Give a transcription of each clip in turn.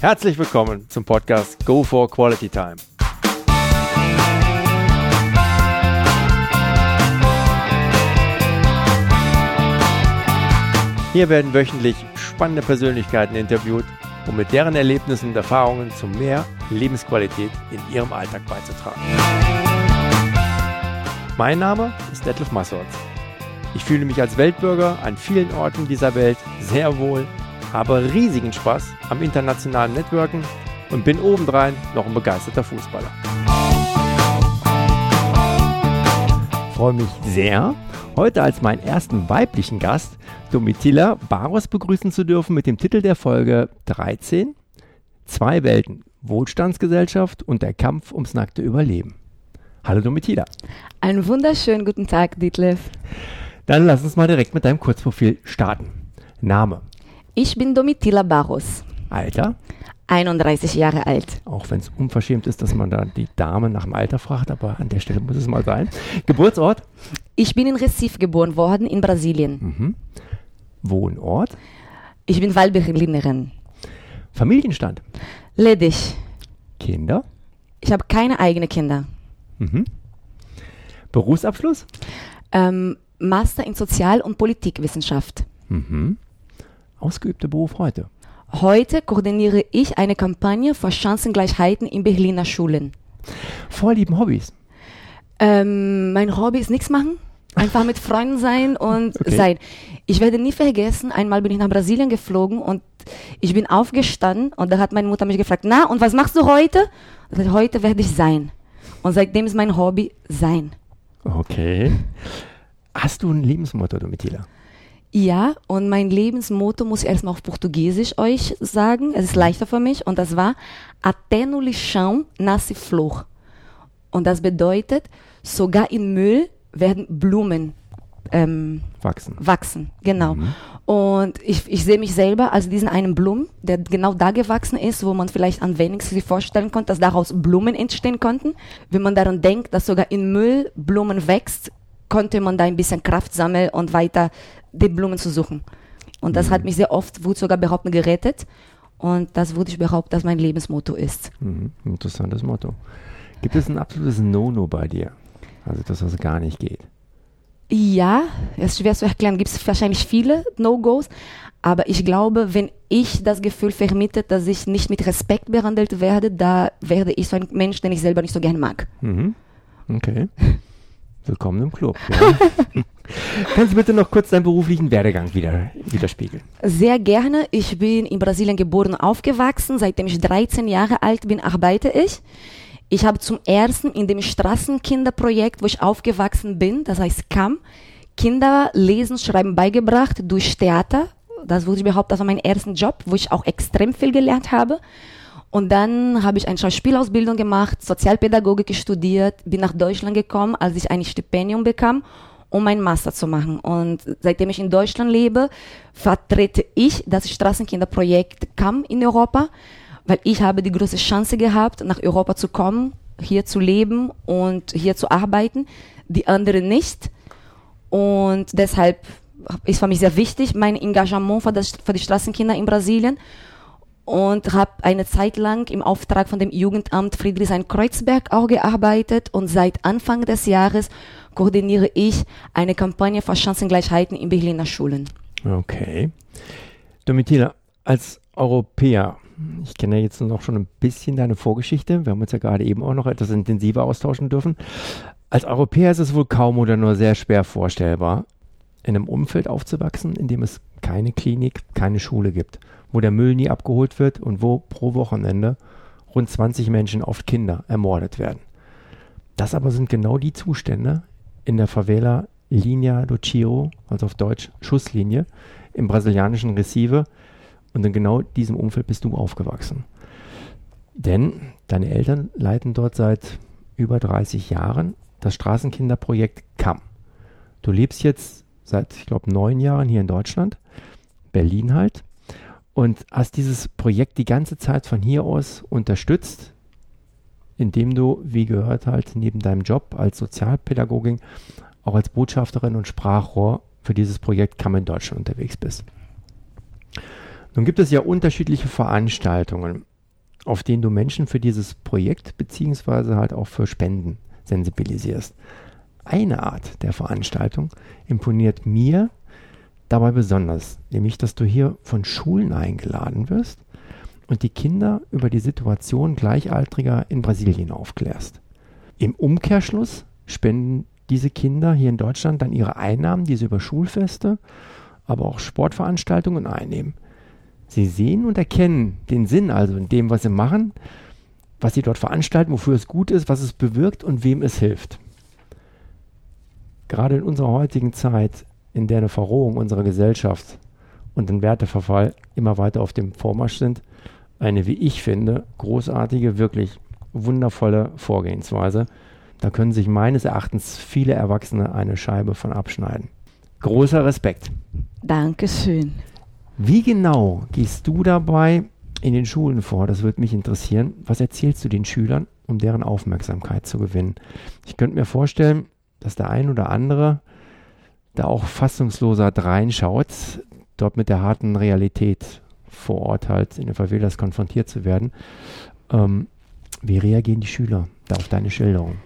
Herzlich willkommen zum Podcast Go for Quality Time. Hier werden wöchentlich spannende Persönlichkeiten interviewt, um mit deren Erlebnissen und Erfahrungen zu mehr Lebensqualität in ihrem Alltag beizutragen. Mein Name ist Detlef Massortz. Ich fühle mich als Weltbürger an vielen Orten dieser Welt sehr wohl, habe riesigen Spaß am internationalen Networken und bin obendrein noch ein begeisterter Fußballer. Ich freue mich sehr, heute als meinen ersten weiblichen Gast Domitila Barros begrüßen zu dürfen mit dem Titel der Folge 13: Zwei Welten, Wohlstandsgesellschaft und der Kampf ums nackte Überleben. Hallo Domitila. Einen wunderschönen guten Tag, Detlef. Dann lass uns mal direkt mit deinem Kurzprofil starten. Name? Ich bin Domitila Barros. Alter? 31 Jahre alt. Auch wenn es unverschämt ist, dass man da die Dame nach dem Alter fragt, aber an der Stelle muss es mal sein. Geburtsort? Ich bin in Recife geboren worden, in Brasilien. Mhm. Wohnort? Ich bin Wahlberlinerin. Familienstand? Ledig. Kinder? Ich habe keine eigenen Kinder. Mhm. Berufsabschluss? Master in Sozial- und Politikwissenschaft. Mhm. Ausgeübter Beruf heute? Heute koordiniere ich eine Kampagne für Chancengleichheiten in Berliner Schulen. Vorlieben, Hobbys? Mein Hobby ist nichts machen. Einfach mit Freunden sein und sein. Ich werde nie vergessen, einmal bin ich nach Brasilien geflogen und ich bin aufgestanden und da hat meine Mutter mich gefragt, na, und was machst du heute? Und ich sagte, heute werde ich sein. Und seitdem ist mein Hobby sein. Okay. Hast du ein Lebensmotto, Domitila? Ja, und mein Lebensmotto muss ich erstmal auf Portugiesisch euch sagen. Es ist leichter für mich. Und das war, até no lixão nasce flor. Und das bedeutet, sogar in Müll werden Blumen wachsen. Genau. Mhm. Und ich sehe mich selber als diesen einen Blumen, der genau da gewachsen ist, wo man vielleicht am wenigsten sich vorstellen konnte, dass daraus Blumen entstehen konnten. Wenn man daran denkt, dass sogar in Müll Blumen wächst, konnte man da ein bisschen Kraft sammeln und weiter die Blumen zu suchen. Und das hat mich sehr oft, wurde sogar behaupten, gerettet. Und das würde ich behaupten, dass mein Lebensmotto ist. Mhm. Interessantes Motto. Gibt es ein absolutes No-No bei dir? Also das, was gar nicht geht? Ja, es ist schwer zu erklären, gibt es wahrscheinlich viele No-Gos, aber ich glaube, wenn ich das Gefühl vermitte, dass ich nicht mit Respekt behandelt werde, da werde ich so ein Mensch, den ich selber nicht so gerne mag. Mhm. Okay. Willkommen im Club. Ja. Kannst du bitte noch kurz deinen beruflichen Werdegang widerspiegeln? Sehr gerne. Ich bin in Brasilien geboren und aufgewachsen. Seitdem ich 13 Jahre alt bin, arbeite ich. Ich habe zum ersten in dem Straßenkinderprojekt, wo ich aufgewachsen bin, das heißt CAM, Kinder lesen, schreiben beigebracht durch Theater. Das würde ich behaupten, das war mein erster Job, wo ich auch extrem viel gelernt habe. Und dann habe ich eine Schauspielausbildung gemacht, Sozialpädagogik studiert, bin nach Deutschland gekommen, als ich ein Stipendium bekam, um meinen Master zu machen. Und seitdem ich in Deutschland lebe, vertrete ich das Straßenkinderprojekt CAM in Europa, weil ich habe die große Chance gehabt, nach Europa zu kommen, hier zu leben und hier zu arbeiten, die anderen nicht. Und deshalb ist für mich sehr wichtig, mein Engagement für die Straßenkinder in Brasilien. Und habe eine Zeit lang im Auftrag von dem Jugendamt Friedrichshain-Kreuzberg auch gearbeitet. Und seit Anfang des Jahres koordiniere ich eine Kampagne für Chancengleichheiten in Berliner Schulen. Okay. Domitila, als Europäer, ich kenne ja jetzt noch schon ein bisschen deine Vorgeschichte, wir haben uns ja gerade eben auch noch etwas intensiver austauschen dürfen. Als Europäer ist es wohl kaum oder nur sehr schwer vorstellbar, in einem Umfeld aufzuwachsen, in dem es keine Klinik, keine Schule gibt, wo der Müll nie abgeholt wird und wo pro Wochenende rund 20 Menschen, oft Kinder, ermordet werden. Das aber sind genau die Zustände in der Favela Linha do Chiro, also auf Deutsch Schusslinie, im brasilianischen Recife. Und in genau diesem Umfeld bist du aufgewachsen. Denn deine Eltern leiten dort seit über 30 Jahren das Straßenkinderprojekt CAM. Du lebst jetzt seit, ich glaube, 9 Jahren hier in Deutschland, Berlin halt, und hast dieses Projekt die ganze Zeit von hier aus unterstützt, indem du, wie gehört halt, neben deinem Job als Sozialpädagogin auch als Botschafterin und Sprachrohr für dieses Projekt CAM in Deutschland unterwegs bist. Nun gibt es ja unterschiedliche Veranstaltungen, auf denen du Menschen für dieses Projekt beziehungsweise halt auch für Spenden sensibilisierst. Eine Art der Veranstaltung imponiert mir dabei besonders, nämlich, dass du hier von Schulen eingeladen wirst und die Kinder über die Situation Gleichaltriger in Brasilien aufklärst. Im Umkehrschluss spenden diese Kinder hier in Deutschland dann ihre Einnahmen, die sie über Schulfeste, aber auch Sportveranstaltungen einnehmen. Sie sehen und erkennen den Sinn also in dem, was sie machen, was sie dort veranstalten, wofür es gut ist, was es bewirkt und wem es hilft. Gerade in unserer heutigen Zeit, in der eine Verrohung unserer Gesellschaft und ein Werteverfall immer weiter auf dem Vormarsch sind, eine, wie ich finde, großartige, wirklich wundervolle Vorgehensweise. Da können sich meines Erachtens viele Erwachsene eine Scheibe von abschneiden. Großer Respekt. Dankeschön. Wie genau gehst du dabei in den Schulen vor? Das würde mich interessieren. Was erzählst du den Schülern, um deren Aufmerksamkeit zu gewinnen? Ich könnte mir vorstellen, dass der ein oder andere da auch fassungsloser reinschaut, dort mit der harten Realität vor Ort halt in den Favelas konfrontiert zu werden. Wie reagieren die Schüler da auf deine Schilderung?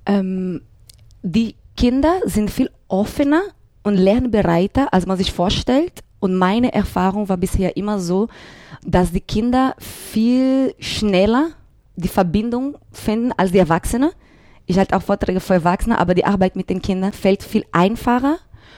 Die Kinder sind viel offener und lernbereiter, als man sich vorstellt. Und meine Erfahrung war bisher immer so, dass die Kinder viel schneller die Verbindung finden als die Erwachsenen. Ich halte auch Vorträge für Erwachsene, aber die Arbeit mit den Kindern fällt viel einfacher.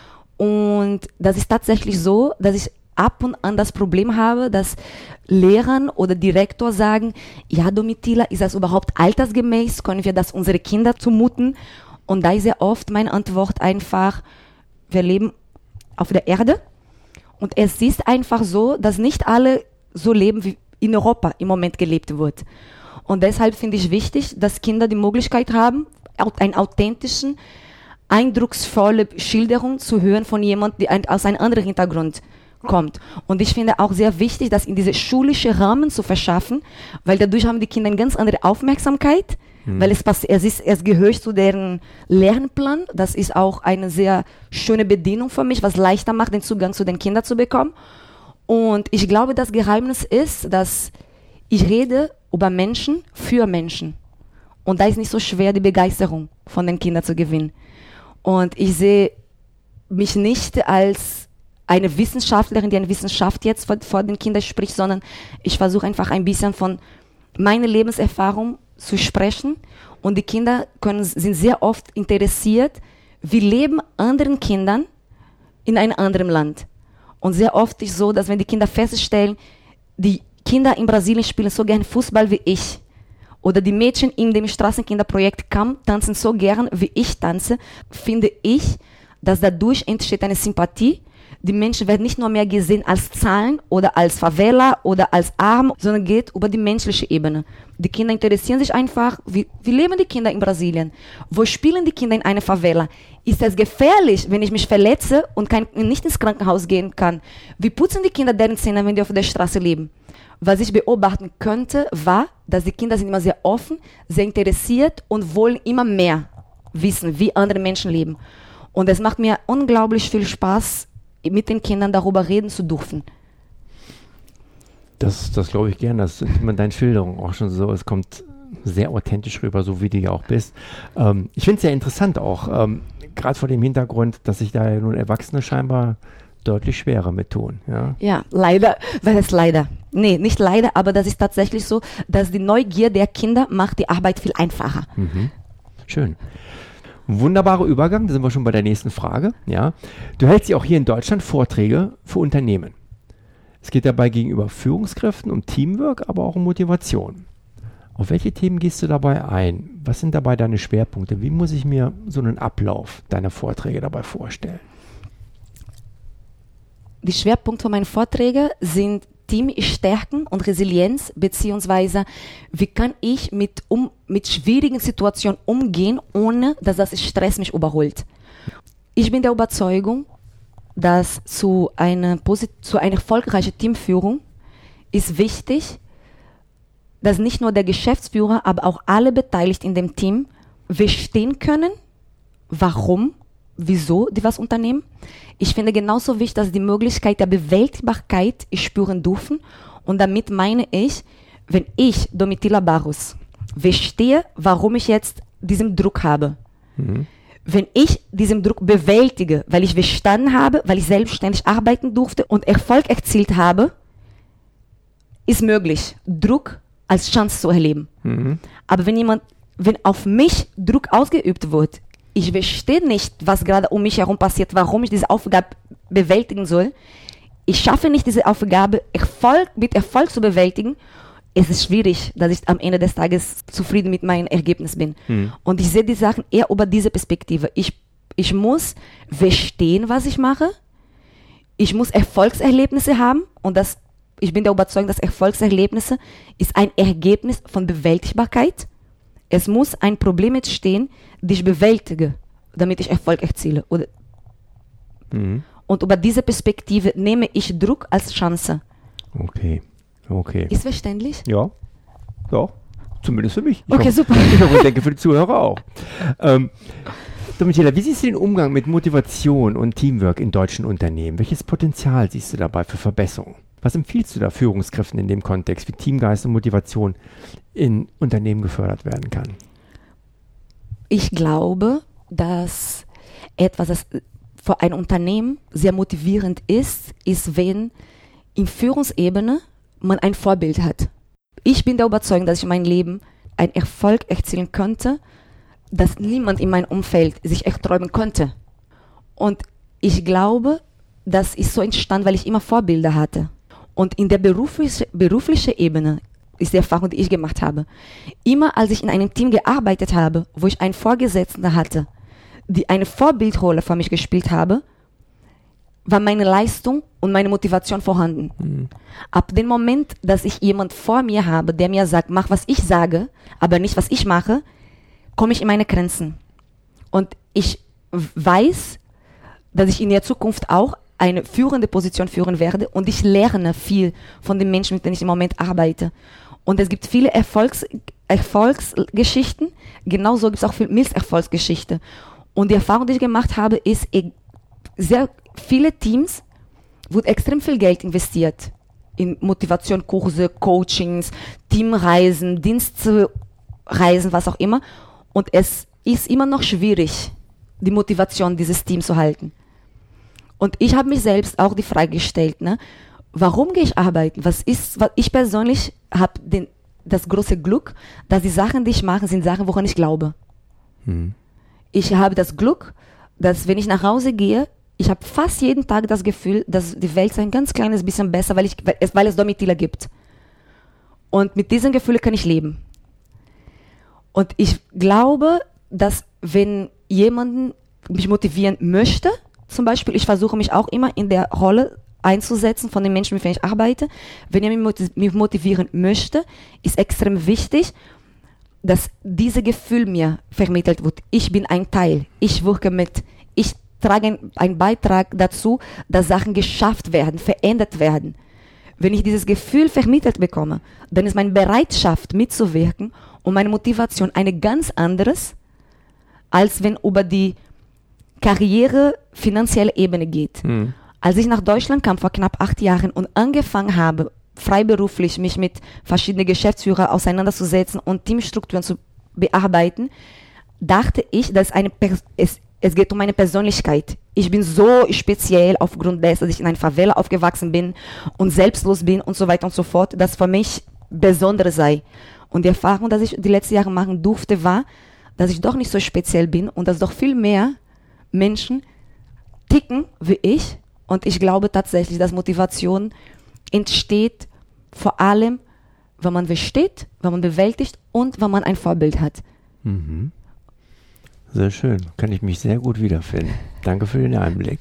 Und das ist tatsächlich so, dass ich ab und an das Problem habe, dass Lehrer oder Direktor sagen, ja Domitila, ist das überhaupt altersgemäß? Können wir das unsere Kinder zumuten? Und da ist sehr oft meine Antwort einfach, wir leben auf der Erde. Und es ist einfach so, dass nicht alle so leben, wie in Europa im Moment gelebt wird. Und deshalb finde ich wichtig, dass Kinder die Möglichkeit haben, eine authentische, eindrucksvolle Schilderung zu hören von jemandem, der aus einem anderen Hintergrund kommt. Und ich finde auch sehr wichtig, das in diese schulische Rahmen zu verschaffen, weil dadurch haben die Kinder eine ganz andere Aufmerksamkeit, weil es gehört zu deren Lernplan. Das ist auch eine sehr schöne Bedienung für mich, was leichter macht, den Zugang zu den Kindern zu bekommen. Und ich glaube, das Geheimnis ist, dass ich rede über Menschen für Menschen. Und da ist nicht so schwer, die Begeisterung von den Kindern zu gewinnen. Und ich sehe mich nicht als eine Wissenschaftlerin, die eine Wissenschaft jetzt vor den Kindern spricht, sondern ich versuche einfach ein bisschen von meiner Lebenserfahrung zu sprechen. Und die Kinder sind sehr oft interessiert, wie leben anderen Kindern in einem anderen Land. Und sehr oft ist es so, dass wenn die Kinder feststellen, die Kinder in Brasilien spielen so gern Fußball wie ich, oder die Mädchen in dem Straßenkinderprojekt tanzen so gern wie ich tanze, finde ich, dass dadurch entsteht eine Sympathie. Die Menschen werden nicht nur mehr gesehen als Zahlen oder als Favela oder als arm, sondern geht über die menschliche Ebene. Die Kinder interessieren sich einfach, wie leben die Kinder in Brasilien? Wo spielen die Kinder in einer Favela? Ist es gefährlich, wenn ich mich verletze und nicht ins Krankenhaus gehen kann? Wie putzen die Kinder deren Zähne, wenn die auf der Straße leben? Was ich beobachten könnte, war, dass die Kinder sind immer sehr offen, sehr interessiert und wollen immer mehr wissen, wie andere Menschen leben. Und es macht mir unglaublich viel Spaß, mit den Kindern darüber reden zu dürfen. Das glaube ich gern. Das ist in deinen Schilderungen auch schon so. Es kommt sehr authentisch rüber, so wie du ja auch bist. Ich finde es sehr interessant auch, gerade vor dem Hintergrund, dass sich da ja nun Erwachsene scheinbar deutlich schwerer mit tun. Ja, leider. Was heißt leider? Nee, nicht leider, aber das ist tatsächlich so, dass die Neugier der Kinder macht die Arbeit viel einfacher. Mhm. Schön. Wunderbarer Übergang, da sind wir schon bei der nächsten Frage. Ja. Du hältst ja auch hier in Deutschland Vorträge für Unternehmen. Es geht dabei gegenüber Führungskräften um Teamwork, aber auch um Motivation. Auf welche Themen gehst du dabei ein? Was sind dabei deine Schwerpunkte? Wie muss ich mir so einen Ablauf deiner Vorträge dabei vorstellen? Die Schwerpunkte von meinen Vorträgen sind Teamstärken und Resilienz, beziehungsweise wie kann ich mit schwierigen Situationen umgehen, ohne dass das Stress mich überholt. Ich bin der Überzeugung, dass zu einer erfolgreichen Teamführung ist wichtig, dass nicht nur der Geschäftsführer, aber auch alle Beteiligten in dem Team verstehen können, warum, wieso die was unternehmen. Ich finde genauso wichtig, dass die Möglichkeit der Bewältigbarkeit spüren dürfen. Und damit meine ich, wenn ich, Domitila Barros, verstehe, warum ich jetzt diesen Druck habe, wenn ich diesen Druck bewältige, weil ich verstanden habe, weil ich selbstständig arbeiten durfte und Erfolg erzielt habe, ist möglich, Druck als Chance zu erleben. Aber wenn auf mich Druck ausgeübt wird, ich verstehe nicht, was gerade um mich herum passiert, warum ich diese Aufgabe bewältigen soll, ich schaffe nicht, diese Aufgabe mit Erfolg zu bewältigen, es ist schwierig, dass ich am Ende des Tages zufrieden mit meinem Ergebnis bin. Und ich sehe die Sachen eher über diese Perspektive. Ich muss verstehen, was ich mache. Ich muss Erfolgserlebnisse haben. Und ich bin der Überzeugung, dass Erfolgserlebnisse ist ein Ergebnis von Bewältigbarkeit. Es muss ein Problem entstehen, das ich bewältige, damit ich Erfolg erziele. Und über diese Perspektive nehme ich Druck als Chance. Okay. Ist verständlich? Ja, zumindest für mich. Okay, super. Ich denke für die Zuhörer auch. Domitila, wie siehst du den Umgang mit Motivation und Teamwork in deutschen Unternehmen? Welches Potenzial siehst du dabei für Verbesserung? Was empfiehlst du da Führungskräften in dem Kontext, wie Teamgeist und Motivation in Unternehmen gefördert werden kann? Ich glaube, dass etwas, das für ein Unternehmen sehr motivierend ist, wenn in Führungsebene man ein Vorbild hat. Ich bin der Überzeugung, dass ich in meinem Leben einen Erfolg erzielen könnte, dass niemand in meinem Umfeld sich erträumen konnte. Und ich glaube, das ist so entstanden, weil ich immer Vorbilder hatte. Und in der beruflichen Ebene ist die Erfahrung, die ich gemacht habe. Immer als ich in einem Team gearbeitet habe, wo ich einen Vorgesetzten hatte, die eine Vorbildrolle für mich gespielt habe, war meine Leistung und meine Motivation vorhanden. Ab dem Moment, dass ich jemand vor mir habe, der mir sagt, mach, was ich sage, aber nicht, was ich mache, komme ich in meine Grenzen. Und ich weiß, dass ich in der Zukunft auch eine führende Position führen werde und ich lerne viel von den Menschen, mit denen ich im Moment arbeite. Und es gibt viele Erfolgsgeschichten, genauso gibt es auch viele Misserfolgsgeschichten. Und die Erfahrung, die ich gemacht habe, ist, sehr viele Teams wird extrem viel Geld investiert in Motivation, Kurse, Coachings, Teamreisen, Dienstreisen, was auch immer. Und es ist immer noch schwierig, die Motivation dieses Teams zu halten. Und ich habe mich selbst auch die Frage gestellt, warum gehe ich arbeiten? Ich persönlich habe das große Glück, dass die Sachen, die ich mache, sind Sachen, woran ich glaube. Ich habe das Glück, dass wenn ich nach Hause gehe, ich habe fast jeden Tag das Gefühl, dass die Welt ein ganz kleines bisschen besser, weil es Domitila gibt. Und mit diesem Gefühl kann ich leben. Und ich glaube, dass wenn jemand mich motivieren möchte, zum Beispiel, ich versuche mich auch immer in der Rolle einzusetzen von den Menschen, mit denen ich arbeite. Wenn jemand mich motivieren möchte, ist extrem wichtig, dass dieses Gefühl mir vermittelt wird. Ich bin ein Teil, ich wirke mit, ich trage einen Beitrag dazu, dass Sachen geschafft werden, verändert werden. Wenn ich dieses Gefühl vermittelt bekomme, dann ist meine Bereitschaft mitzuwirken und meine Motivation eine ganz anderes, als wenn über die Karriere, finanzielle Ebene geht. Als ich nach Deutschland kam vor knapp 8 Jahren und angefangen habe, freiberuflich mich mit verschiedenen Geschäftsführern auseinanderzusetzen und Teamstrukturen zu bearbeiten, dachte ich, dass es geht um meine Persönlichkeit. Ich bin so speziell aufgrund dessen, dass ich in einer Favela aufgewachsen bin und selbstlos bin und so weiter und so fort, dass für mich besonders sei. Und die Erfahrung, die ich die letzten Jahre machen durfte, war, dass ich doch nicht so speziell bin und dass doch viel mehr Menschen ticken wie ich. Und ich glaube tatsächlich, dass Motivation entsteht vor allem, wenn man versteht, wenn man bewältigt und wenn man ein Vorbild hat. Sehr schön. Kann ich mich sehr gut wiederfinden. Danke für den Einblick.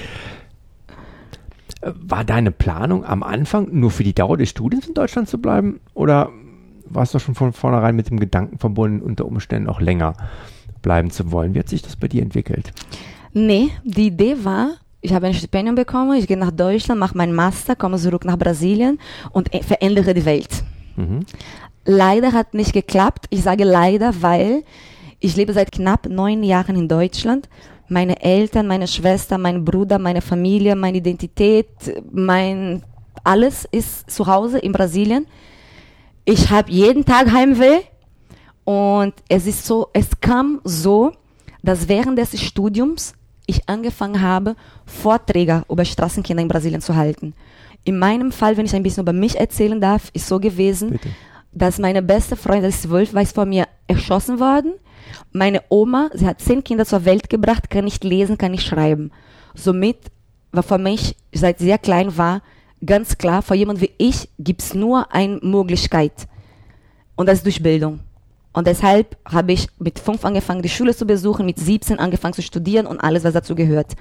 War deine Planung am Anfang nur für die Dauer des Studiums in Deutschland zu bleiben? Oder warst du schon von vornherein mit dem Gedanken verbunden, unter Umständen auch länger bleiben zu wollen? Wie hat sich das bei dir entwickelt? Nee, die Idee war, ich habe ein Stipendium bekommen, ich gehe nach Deutschland, mache meinen Master, komme zurück nach Brasilien und verändere die Welt. Leider hat nicht geklappt. Ich sage leider, weil ich lebe seit knapp 9 Jahren in Deutschland. Meine Eltern, meine Schwester, mein Bruder, meine Familie, meine Identität, alles ist zu Hause in Brasilien. Ich habe jeden Tag Heimweh und es kam so, dass während des Studiums ich angefangen habe, Vorträge über Straßenkinder in Brasilien zu halten. In meinem Fall, wenn ich ein bisschen über mich erzählen darf, ist so gewesen, Bitte. dass meine beste Freundin, als 12 war, ist von mir erschossen worden. Meine Oma, sie hat 10 Kinder zur Welt gebracht, kann nicht lesen, kann nicht schreiben. Somit war für mich, seit sehr klein war, ganz klar, für jemanden wie ich gibt es nur eine Möglichkeit. Und das ist durch Bildung. Und deshalb habe ich mit 5 angefangen, die Schule zu besuchen, mit 17 angefangen zu studieren und alles, was dazu gehört.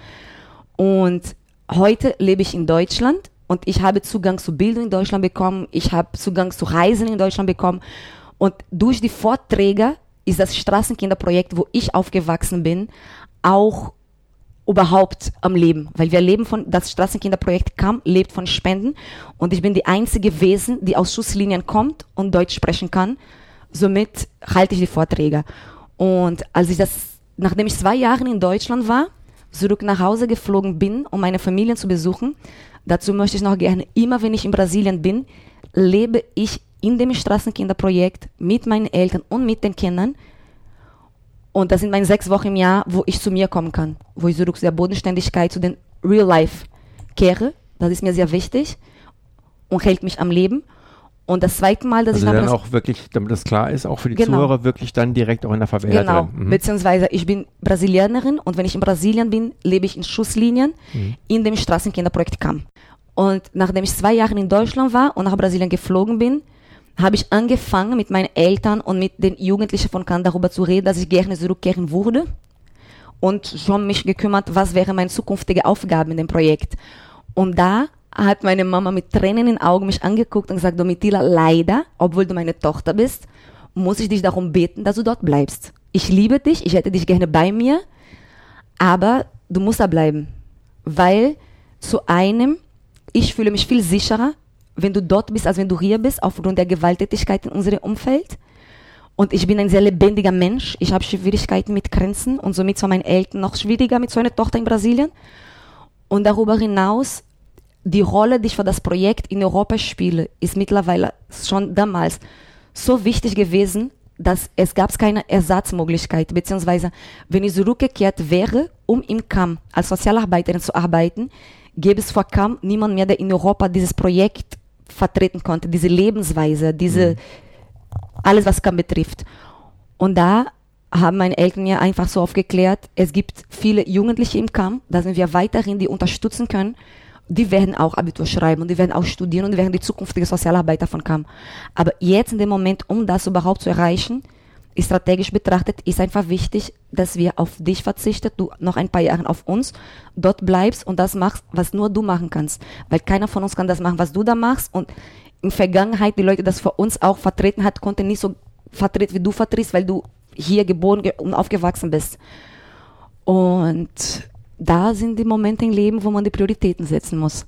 Und heute lebe ich in Deutschland und ich habe Zugang zu Bildung in Deutschland bekommen, ich habe Zugang zu Reisen in Deutschland bekommen. Und durch die Vorträge ist das Straßenkinderprojekt, wo ich aufgewachsen bin, auch überhaupt am Leben. Weil wir leben das Straßenkinderprojekt lebt von Spenden und ich bin die einzige Wesen, die aus Schusslinien kommt und Deutsch sprechen kann. Somit halte ich die Vorträge. Und nachdem ich 2 Jahre in Deutschland war, zurück nach Hause geflogen bin, um meine Familie zu besuchen, dazu möchte ich noch gerne, immer wenn ich in Brasilien bin, lebe ich in dem Straßenkinderprojekt mit meinen Eltern und mit den Kindern. Und das sind meine 6 Wochen im Jahr, wo ich zu mir kommen kann, wo ich zurück zu der Bodenständigkeit, zu den Real Life kehre. Das ist mir sehr wichtig und hält mich am Leben. Und das zweite Mal, dass also ich dann auch wirklich, damit das klar ist, auch für die Zuhörer wirklich dann direkt auch in der Favela genau, drin. beziehungsweise ich bin Brasilianerin und wenn ich in Brasilien bin, lebe ich in Schusslinien in dem Straßenkinderprojekt CAM. Und nachdem ich 2 Jahre in Deutschland war und nach Brasilien geflogen bin, habe ich angefangen mit meinen Eltern und mit den Jugendlichen von CAM darüber zu reden, dass ich gerne zurückkehren würde und schon mich gekümmert, was wäre meine zukünftige Aufgabe in dem Projekt. Und da hat meine Mama mit Tränen in den Augen mich angeguckt und gesagt, Domitila, leider, obwohl du meine Tochter bist, muss ich dich darum beten, dass du dort bleibst. Ich liebe dich, ich hätte dich gerne bei mir, aber du musst da bleiben. Weil ich fühle mich viel sicherer, wenn du dort bist, als wenn du hier bist, aufgrund der Gewalttätigkeit in unserem Umfeld. Und ich bin ein sehr lebendiger Mensch. Ich habe Schwierigkeiten mit Grenzen und somit für meine Eltern noch schwieriger mit so einer Tochter in Brasilien. Und darüber hinaus, die Rolle, die ich für das Projekt in Europa spiele, ist mittlerweile schon damals so wichtig gewesen, dass es gab keine Ersatzmöglichkeit, beziehungsweise wenn ich zurückgekehrt wäre, um im CAM als Sozialarbeiterin zu arbeiten, gäbe es vor CAM niemand mehr, der in Europa dieses Projekt vertreten konnte, diese Lebensweise, alles, was CAM betrifft. Und da haben meine Eltern mir einfach so aufgeklärt, es gibt viele Jugendliche im CAM, da sind wir weiterhin, die unterstützen können. Die werden auch Abitur schreiben und die werden auch studieren und die werden die zukünftigen Sozialarbeiter von CAM. Aber jetzt in dem Moment, um das überhaupt zu erreichen, ist strategisch betrachtet, ist einfach wichtig, dass wir auf dich verzichten, du noch ein paar Jahre auf uns, dort bleibst und das machst, was nur du machen kannst. Weil keiner von uns kann das machen, was du da machst. Und in der Vergangenheit, die Leute, die das für uns auch vertreten hat, konnten nicht so vertreten, wie du vertrittst, weil du hier geboren und aufgewachsen bist. Und da sind die Momente im Leben, wo man die Prioritäten setzen muss.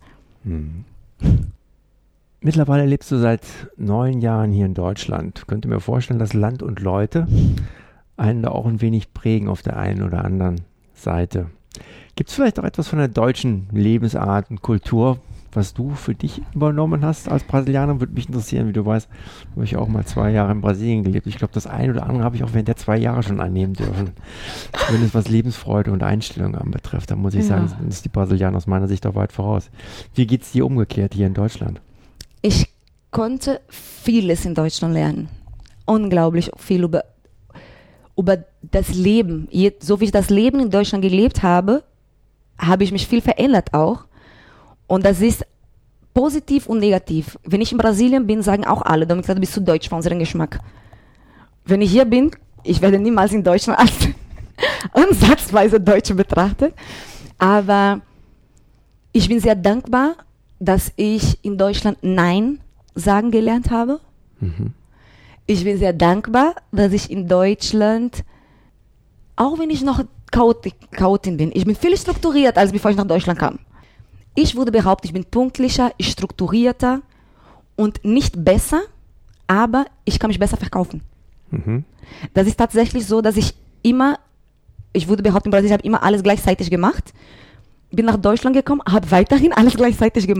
Mittlerweile lebst du seit 9 Jahren hier in Deutschland. Könnt ihr mir vorstellen, dass Land und Leute einen da auch ein wenig prägen auf der einen oder anderen Seite. Gibt es vielleicht auch etwas von der deutschen Lebensart und Kultur, was du für dich übernommen hast als Brasilianer? Würde mich interessieren, wie du weißt, habe ich auch mal 2 Jahre in Brasilien gelebt. Ich glaube, das eine oder andere habe ich auch während der 2 Jahre schon annehmen dürfen. Zumindest was Lebensfreude und Einstellung anbetrifft. Da muss ich sagen, sind die Brasilianer aus meiner Sicht auch weit voraus. Wie geht es dir umgekehrt hier in Deutschland? Ich konnte vieles in Deutschland lernen. Unglaublich viel über das Leben. So wie ich das Leben in Deutschland gelebt habe, habe ich mich viel verändert auch. Und das ist positiv und negativ. Wenn ich in Brasilien bin, sagen auch alle, damit du bist zu deutsch für unseren Geschmack. Wenn ich hier bin, ich werde niemals in Deutschland als ansatzweise Deutsche betrachtet. Aber ich bin sehr dankbar, dass ich in Deutschland Nein sagen gelernt habe. Ich bin sehr dankbar, dass ich in Deutschland, auch wenn ich noch Chaotin bin, ich bin viel strukturierter, als bevor ich nach Deutschland kam. Ich würde behaupten, ich bin pünktlicher, strukturierter und nicht besser, aber ich kann mich besser verkaufen. Das ist tatsächlich so, dass ich würde behaupten, in Brasilien habe immer alles gleichzeitig gemacht. Bin nach Deutschland gekommen, habe weiterhin alles gleichzeitig gemacht,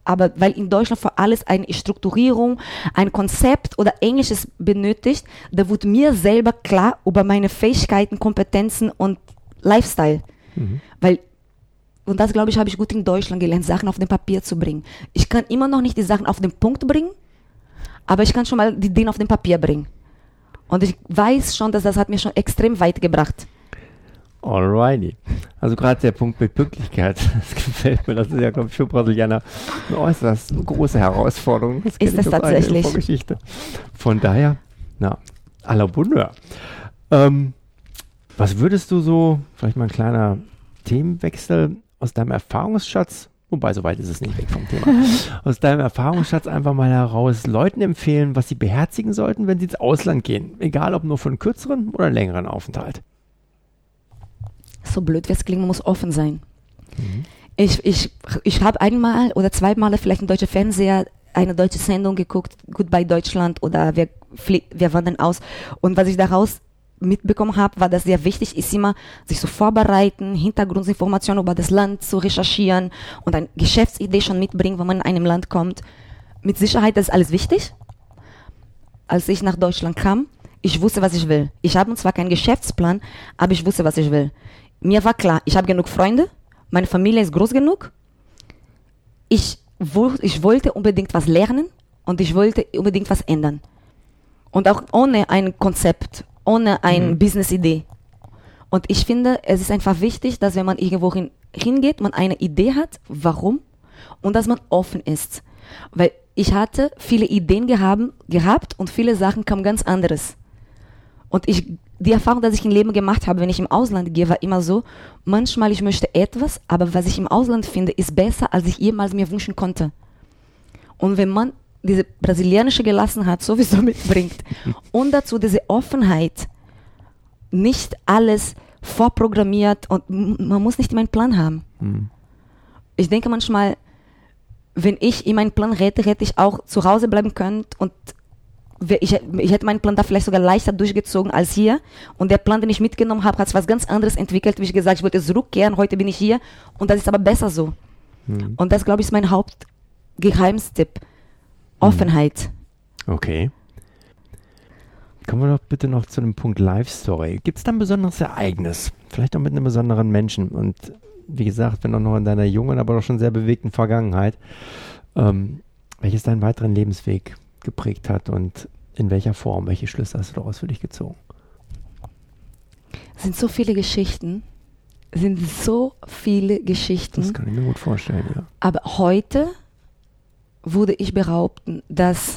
aber weil in Deutschland für alles eine Strukturierung, ein Konzept oder Ähnliches benötigt, da wird mir selber klar über meine Fähigkeiten, Kompetenzen und Lifestyle. Weil, und das glaube ich, habe ich gut in Deutschland gelernt, Sachen auf dem Papier zu bringen. Ich kann immer noch nicht die Sachen auf den Punkt bringen, aber ich kann schon mal die Dinge auf dem Papier bringen. Und ich weiß schon, dass das hat mir schon extrem weit gebracht. Alrighty. Also gerade der Punkt mit Pünktlichkeit, das gefällt mir. Das ist ja, glaube ich, für Brasilianer eine äußerst große Herausforderung. Das ist es tatsächlich. Vorgeschichte. Von daher, à la Bonheur. Was würdest du so, vielleicht mal ein kleiner Themenwechsel aus deinem Erfahrungsschatz, wobei so weit ist es nicht weg vom Thema, aus deinem Erfahrungsschatz einfach mal heraus Leuten empfehlen, was sie beherzigen sollten, wenn sie ins Ausland gehen? Egal, ob nur für einen kürzeren oder einen längeren Aufenthalt. So blöd wie es klingt, man muss offen sein. Ich habe einmal oder zweimal vielleicht im deutschen Fernseher eine deutsche Sendung geguckt, Goodbye Deutschland oder wir wandern aus. Und was ich daraus mitbekommen habe, war, dass sehr wichtig ist, immer sich so vorbereiten, Hintergrundinformationen über das Land zu recherchieren und eine Geschäftsidee schon mitbringen, wenn man in einem Land kommt. Mit Sicherheit, das ist alles wichtig. Als ich nach Deutschland kam, ich wusste, was ich will. Ich habe zwar keinen Geschäftsplan, aber ich wusste, was ich will. Mir war klar, ich habe genug Freunde, meine Familie ist groß genug. Ich wollte unbedingt was lernen und ich wollte unbedingt was ändern. Und auch ohne ein Konzept, ohne eine Business-Idee. Und ich finde, es ist einfach wichtig, dass wenn man irgendwo hingeht, man eine Idee hat, warum, und dass man offen ist. Weil ich hatte viele Ideen gehabt und viele Sachen kamen ganz anderes. Und die Erfahrung, dass ich im Leben gemacht habe, wenn ich im Ausland gehe, war immer so, manchmal ich möchte etwas, aber was ich im Ausland finde, ist besser, als ich jemals mir wünschen konnte. Und wenn man diese brasilianische Gelassenheit sowieso mitbringt und dazu diese Offenheit, nicht alles vorprogrammiert und man muss nicht immer einen Plan haben. Ich denke manchmal, wenn ich in meinen Plan hätte ich auch zu Hause bleiben können und ich hätte meinen Plan da vielleicht sogar leichter durchgezogen als hier. Und der Plan, den ich mitgenommen habe, hat was ganz anderes entwickelt. Wie ich gesagt, ich wollte zurückkehren, heute bin ich hier. Und das ist aber besser so. Und das, glaube ich, ist mein Hauptgeheimstipp. Offenheit. Okay. Kommen wir doch bitte noch zu dem Punkt Life-Story. Gibt es da ein besonderes Ereignis? Vielleicht auch mit einem besonderen Menschen? Und wie gesagt, wenn auch noch in deiner jungen, aber doch schon sehr bewegten Vergangenheit, welches deinen weiteren Lebensweg geprägt hat und in welcher Form, welche Schlüsse hast du daraus für dich gezogen? Es sind so viele Geschichten. Das kann ich mir gut vorstellen, ja. Aber heute würde ich behaupten, dass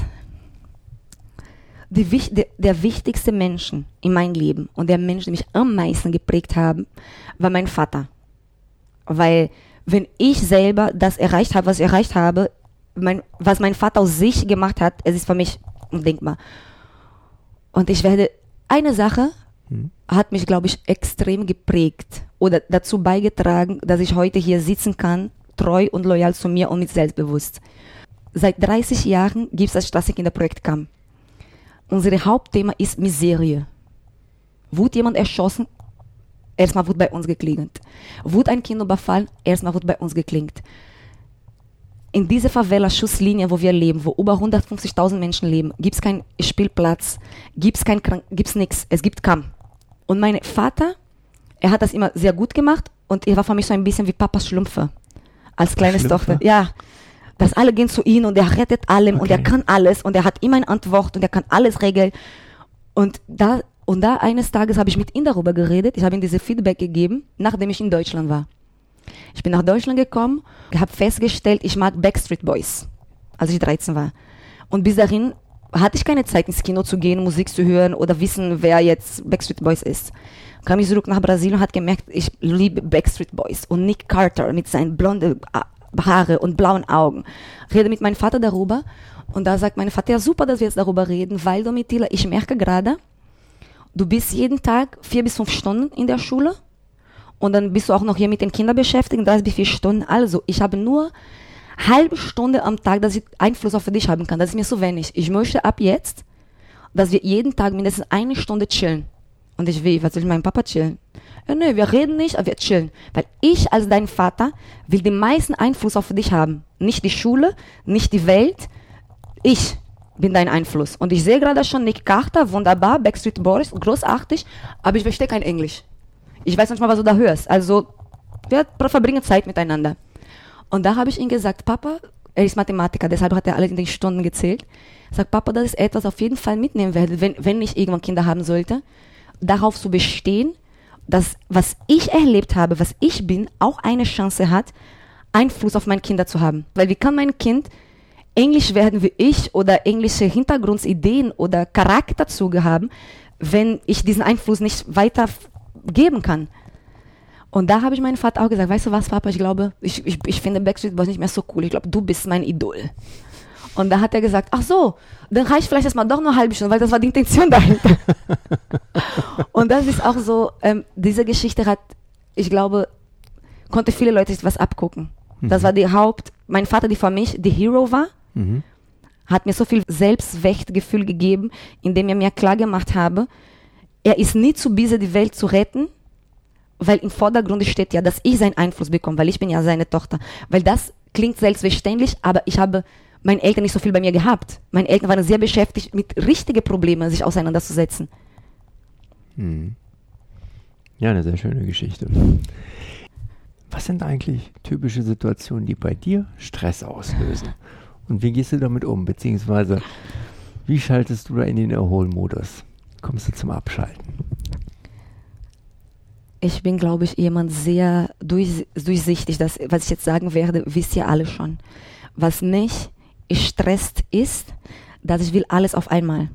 der wichtigste Mensch in meinem Leben und der Mensch, der mich am meisten geprägt haben, war mein Vater. Weil wenn ich selber das erreicht habe, was ich erreicht habe, was mein Vater aus sich gemacht hat, es ist für mich undenkbar. Und eine Sache hat mich, glaube ich, extrem geprägt oder dazu beigetragen, dass ich heute hier sitzen kann, treu und loyal zu mir und mit selbstbewusst. Seit 30 Jahren gibt es das Straßenkinderprojekt CAM. Unser Hauptthema ist Miserie. Wurde jemand erschossen? Erstmal wird bei uns geklingelt. Wurde ein Kind überfallen? Erstmal wird bei uns geklingelt. In dieser Favela-Schusslinie, wo wir leben, wo über 150.000 Menschen leben, gibt es keinen Spielplatz, gibt es nichts, es gibt CAM. Und mein Vater, er hat das immer sehr gut gemacht und er war für mich so ein bisschen wie Papas Schlumpfe, als kleine Tochter. Ja, dass alle gehen zu ihm und er rettet allem und er kann alles und er hat immer eine Antwort und er kann alles regeln. Und da eines Tages habe ich mit ihm darüber geredet, ich habe ihm diese Feedback gegeben, nachdem ich in Deutschland war. Ich bin nach Deutschland gekommen, habe festgestellt, ich mag Backstreet Boys, als ich 13 war. Und bis dahin hatte ich keine Zeit, ins Kino zu gehen, Musik zu hören oder wissen, wer jetzt Backstreet Boys ist. Kam ich zurück nach Brasilien und habe gemerkt, ich liebe Backstreet Boys und Nick Carter mit seinen blonden Haare und blauen Augen. Rede mit meinem Vater darüber und da sagt mein Vater, ja super, dass wir jetzt darüber reden, weil Domitila, ich merke gerade, du bist jeden Tag 4 bis 5 Stunden in der Schule. Und dann bist du auch noch hier mit den Kindern beschäftigt, 3 bis 4 Stunden. Also, ich habe nur halbe Stunde am Tag, dass ich Einfluss auf dich haben kann. Das ist mir so wenig. Ich möchte ab jetzt, dass wir jeden Tag mindestens 1 Stunde chillen. Und ich, wie, was soll ich mit meinem Papa chillen? Ja, nee, wir reden nicht, aber wir chillen. Weil ich als dein Vater will den meisten Einfluss auf dich haben. Nicht die Schule, nicht die Welt. Ich bin dein Einfluss. Und ich sehe gerade schon Nick Carter, wunderbar, Backstreet Boys, großartig, aber ich verstehe kein Englisch. Ich weiß nicht mal, was du da hörst. Also, wir verbringen Zeit miteinander. Und da habe ich ihm gesagt, Papa, er ist Mathematiker, deshalb hat er alle in den Stunden gezählt. Sagt, Papa, das ist etwas auf jeden Fall mitnehmen werde, wenn ich irgendwann Kinder haben sollte, darauf zu bestehen, dass was ich erlebt habe, was ich bin, auch eine Chance hat, Einfluss auf meine Kinder zu haben. Weil wie kann mein Kind Englisch werden wie ich oder englische Hintergrundideen oder Charakterzüge haben, wenn ich diesen Einfluss nicht weiter geben kann? Und da habe ich meinem Vater auch gesagt, weißt du was, Papa, ich glaube, ich finde Backstreet Boys nicht mehr so cool. Ich glaube, du bist mein Idol. Und da hat er gesagt, ach so, dann reicht vielleicht erstmal doch nur eine halbe Stunde, weil das war die Intention dahinter. Und das ist auch so, diese Geschichte hat, ich glaube, konnte viele Leute sich was abgucken. Das war mein Vater, der für mich die Hero war, hat mir so viel Selbstwertgefühl gegeben, indem er mir klar gemacht habe, er ist nie zu busy, die Welt zu retten, weil im Vordergrund steht ja, dass ich seinen Einfluss bekomme, weil ich bin ja seine Tochter. Weil das klingt selbstverständlich, aber ich habe meine Eltern nicht so viel bei mir gehabt. Meine Eltern waren sehr beschäftigt, mit richtigen Problemen sich auseinanderzusetzen. Ja, eine sehr schöne Geschichte. Was sind eigentlich typische Situationen, die bei dir Stress auslösen? Und wie gehst du damit um? Beziehungsweise, wie schaltest du da in den Erholmodus? Kommst du zum Abschalten? Ich bin, glaube ich, jemand sehr durchsichtig. Das, was ich jetzt sagen werde, wisst ihr alle schon. Was mich stresst ist, dass ich will alles auf einmal.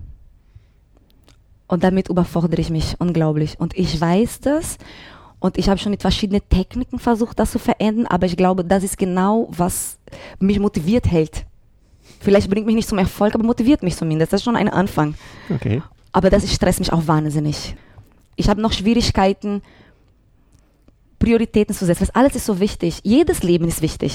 Und damit überfordere ich mich unglaublich. Und ich weiß das. Und ich habe schon mit verschiedenen Techniken versucht, das zu verändern. Aber ich glaube, das ist genau, was mich motiviert hält. Vielleicht bringt mich nicht zum Erfolg, aber motiviert mich zumindest. Das ist schon ein Anfang. Okay. Aber das stresst mich auch wahnsinnig. Ich habe noch Schwierigkeiten, Prioritäten zu setzen. Das alles ist so wichtig. Jedes Leben ist wichtig.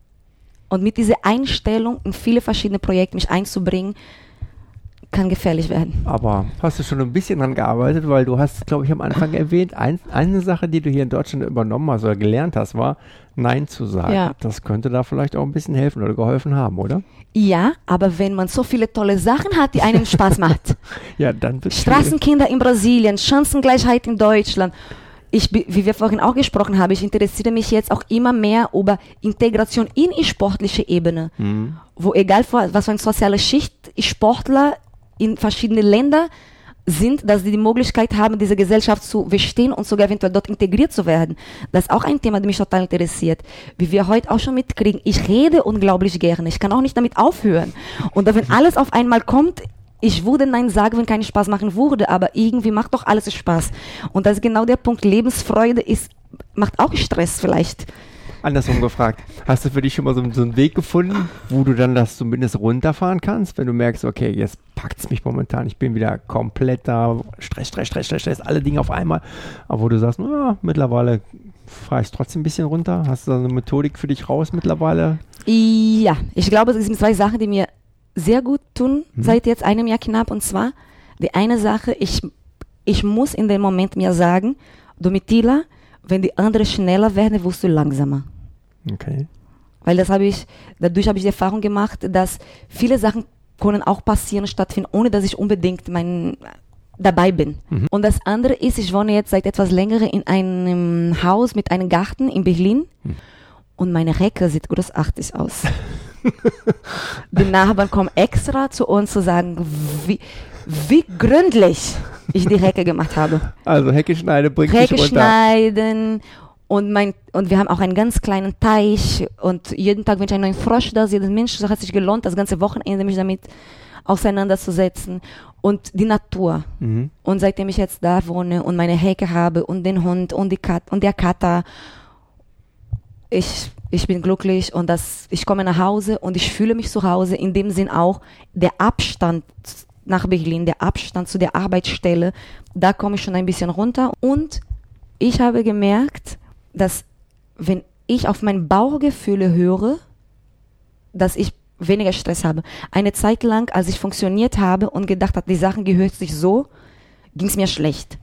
Und mit dieser Einstellung in viele verschiedene Projekte mich einzubringen, kann gefährlich werden. Aber hast du schon ein bisschen dran gearbeitet, weil du hast, glaube ich, am Anfang erwähnt, eine Sache, die du hier in Deutschland übernommen hast oder gelernt hast, war Nein zu sagen. Ja. Das könnte da vielleicht auch ein bisschen helfen oder geholfen haben, oder? Ja, aber wenn man so viele tolle Sachen hat, die einem Spaß macht. Ja, dann Straßenkinder in Brasilien, Chancengleichheit in Deutschland. Wie wir vorhin auch gesprochen haben, ich interessiere mich jetzt auch immer mehr über Integration in die sportliche Ebene. Wo egal was für eine soziale Schicht Sportler in verschiedenen Ländern sind, dass sie die Möglichkeit haben, diese Gesellschaft zu verstehen und sogar eventuell dort integriert zu werden. Das ist auch ein Thema, das mich total interessiert. Wie wir heute auch schon mitkriegen, ich rede unglaublich gerne. Ich kann auch nicht damit aufhören. Und wenn alles auf einmal kommt, ich würde Nein sagen, wenn keinen Spaß machen würde, aber irgendwie macht doch alles Spaß. Und das ist genau der Punkt. Lebensfreude macht auch Stress vielleicht. Andersrum gefragt, hast du für dich schon mal so einen Weg gefunden, wo du dann das zumindest runterfahren kannst, wenn du merkst, okay, jetzt packt es mich momentan, ich bin wieder komplett da, Stress, alle Dinge auf einmal, aber wo du sagst, mittlerweile fahre ich es trotzdem ein bisschen runter. Hast du da eine Methodik für dich raus mittlerweile? Ja, ich glaube, es sind zwei Sachen, die mir sehr gut tun, seit jetzt einem Jahr knapp, und zwar, die eine Sache, ich muss in dem Moment mir sagen, Domitila, wenn die anderen schneller werden, wirst du langsamer. Okay. Weil dadurch habe ich die Erfahrung gemacht, dass viele Sachen können auch passieren, stattfinden, ohne dass ich unbedingt dabei bin. Und das andere ist, ich wohne jetzt seit etwas länger in einem Haus mit einem Garten in Berlin und meine Hecke sieht großartig aus. Die Nachbarn kommen extra zu uns zu sagen, wie gründlich ich die Hecke gemacht habe. Also Hecke schneiden bringt dich runter. Hecke schneiden und wir haben auch einen ganz kleinen Teich und jeden Tag, wenn ich einen neuen Frosch da sehe, das Mensch, das hat sich gelohnt, das ganze Wochenende mich damit auseinanderzusetzen und die Natur. Und seitdem ich jetzt da wohne und meine Hecke habe und den Hund und der Kater, ich bin glücklich und ich komme nach Hause und ich fühle mich zu Hause, in dem Sinn auch der Abstand nach Berlin, der Abstand zu der Arbeitsstelle, da komme ich schon ein bisschen runter. Und ich habe gemerkt, dass wenn ich auf mein Bauchgefühl höre, dass ich weniger Stress habe. Eine Zeit lang, als ich funktioniert habe und gedacht habe, die Sachen gehört sich so, ging es mir schlecht.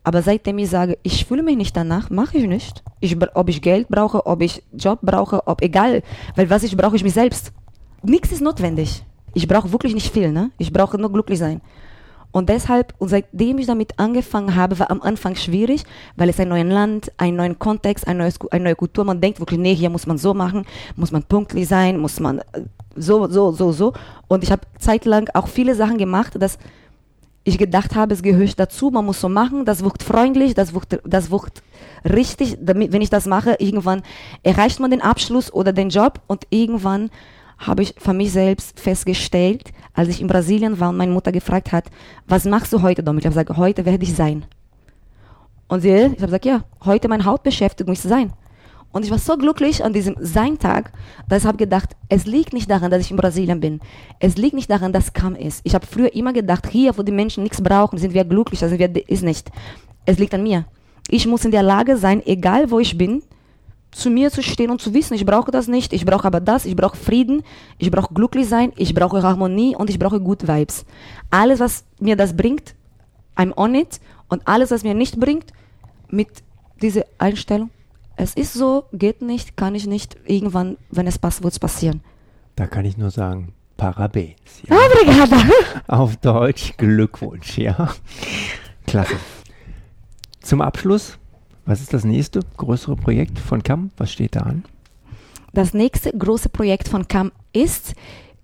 Aber seitdem ich sage, ich fühle mich nicht danach, mache ich nicht. Ob ich Geld brauche, ob ich Job brauche, egal. Weil was ich brauche, ich mich selbst. Nichts ist notwendig. Ich brauche wirklich nicht viel, ne? Ich brauche nur glücklich sein. Und deshalb, und seitdem ich damit angefangen habe, war am Anfang schwierig, weil es ein neues Land, einen neuen Kontext, eine neue Kultur. Man denkt wirklich, nee, hier muss man so machen, muss man pünktlich sein, muss man so. Und ich habe zeitlang auch viele Sachen gemacht, dass ich gedacht habe, es gehört dazu, man muss so machen, das wirkt freundlich, das wirkt richtig. Damit, wenn ich das mache, irgendwann erreicht man den Abschluss oder den Job und irgendwann habe ich für mich selbst festgestellt, als ich in Brasilien war und meine Mutter gefragt hat, was machst du heute, Dominik? Ich habe gesagt, heute werde ich sein. Und ich habe gesagt, ja, heute meine Hauptbeschäftigung ist sein. Und ich war so glücklich an diesem Sein-Tag, dass ich habe gedacht, es liegt nicht daran, dass ich in Brasilien bin. Es liegt nicht daran, dass Kam ist. Ich habe früher immer gedacht, hier, wo die Menschen nichts brauchen, sind wir glücklich, ist nicht. Es liegt an mir. Ich muss in der Lage sein, egal wo ich bin, zu mir zu stehen und zu wissen, ich brauche das nicht, ich brauche aber das, ich brauche Frieden, ich brauche glücklich sein, ich brauche Harmonie und ich brauche Good Vibes. Alles, was mir das bringt, I'm on it. Und alles, was mir nicht bringt, mit dieser Einstellung, es ist so, geht nicht, kann ich nicht, irgendwann, wenn es passt, wird es passieren. Da kann ich nur sagen, Parabéns. Ja. Obrigada. Auf Deutsch Glückwunsch, ja. Klasse. Zum Abschluss, was ist das nächste größere Projekt von Kam? Was steht da an? Das nächste große Projekt von Kam ist,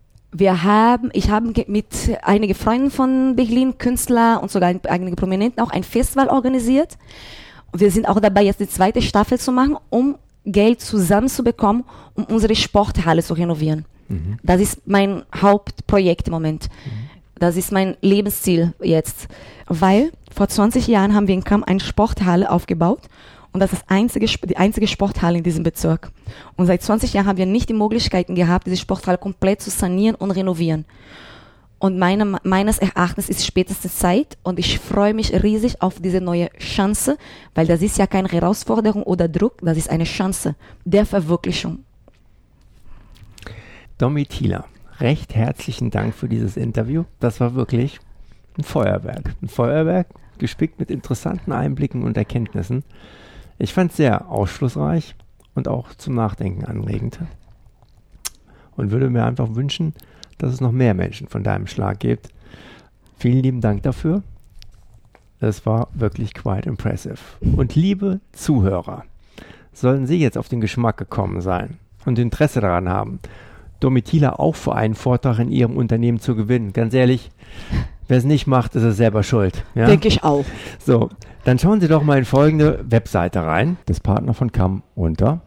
ich habe mit einigen Freunden von Berlin, Künstler und sogar einige Prominenten auch ein Festival organisiert. Und wir sind auch dabei, jetzt die zweite Staffel zu machen, um Geld zusammenzubekommen, um unsere Sporthalle zu renovieren. Mhm. Das ist mein Hauptprojekt im Moment. Mhm. Das ist mein Lebensziel jetzt. Weil vor 20 Jahren haben wir in Kam eine Sporthalle aufgebaut und das ist die einzige Sporthalle in diesem Bezirk. Und seit 20 Jahren haben wir nicht die Möglichkeiten gehabt, diese Sporthalle komplett zu sanieren und renovieren. Und meines Erachtens ist spätestens Zeit und ich freue mich riesig auf diese neue Chance, weil das ist ja keine Herausforderung oder Druck, das ist eine Chance der Verwirklichung. Domitila, recht herzlichen Dank für dieses Interview. Das war wirklich ein Feuerwerk. Ein Feuerwerk, gespickt mit interessanten Einblicken und Erkenntnissen. Ich fand es sehr aufschlussreich und auch zum Nachdenken anregend. Und würde mir einfach wünschen, dass es noch mehr Menschen von deinem Schlag gibt. Vielen lieben Dank dafür. Das war wirklich quite impressive. Und liebe Zuhörer, sollten Sie jetzt auf den Geschmack gekommen sein und Interesse daran haben, Domitila auch für einen Vortrag in Ihrem Unternehmen zu gewinnen, ganz ehrlich, wer es nicht macht, ist es selber schuld. Ja? Denke ich auch. So, dann schauen Sie doch mal in folgende Webseite rein, des Partner von Kam, unter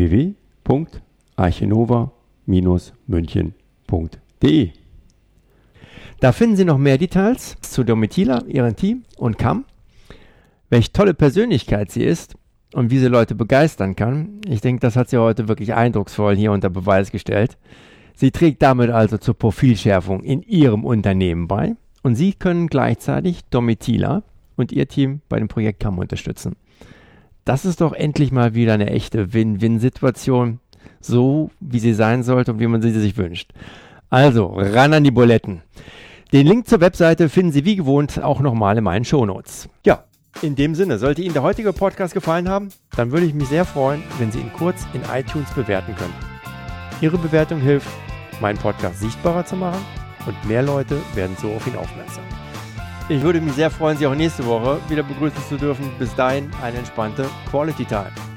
www.archinova-münchen.de. Da finden Sie noch mehr Details zu Domitila, ihrem Team und Kam, welche tolle Persönlichkeit sie ist und wie sie Leute begeistern kann. Ich denke, das hat sie heute wirklich eindrucksvoll hier unter Beweis gestellt. Sie trägt damit also zur Profilschärfung in Ihrem Unternehmen bei und Sie können gleichzeitig Domitila und Ihr Team bei dem Projekt Kam unterstützen. Das ist doch endlich mal wieder eine echte Win-Win-Situation, so wie sie sein sollte und wie man sie sich wünscht. Also, ran an die Buletten. Den Link zur Webseite finden Sie wie gewohnt auch nochmal in meinen Shownotes. Ja, in dem Sinne, sollte Ihnen der heutige Podcast gefallen haben, dann würde ich mich sehr freuen, wenn Sie ihn kurz in iTunes bewerten könnten. Ihre Bewertung hilft, meinen Podcast sichtbarer zu machen und mehr Leute werden so auf ihn aufmerksam. Ich würde mich sehr freuen, Sie auch nächste Woche wieder begrüßen zu dürfen. Bis dahin eine entspannte Quality Time.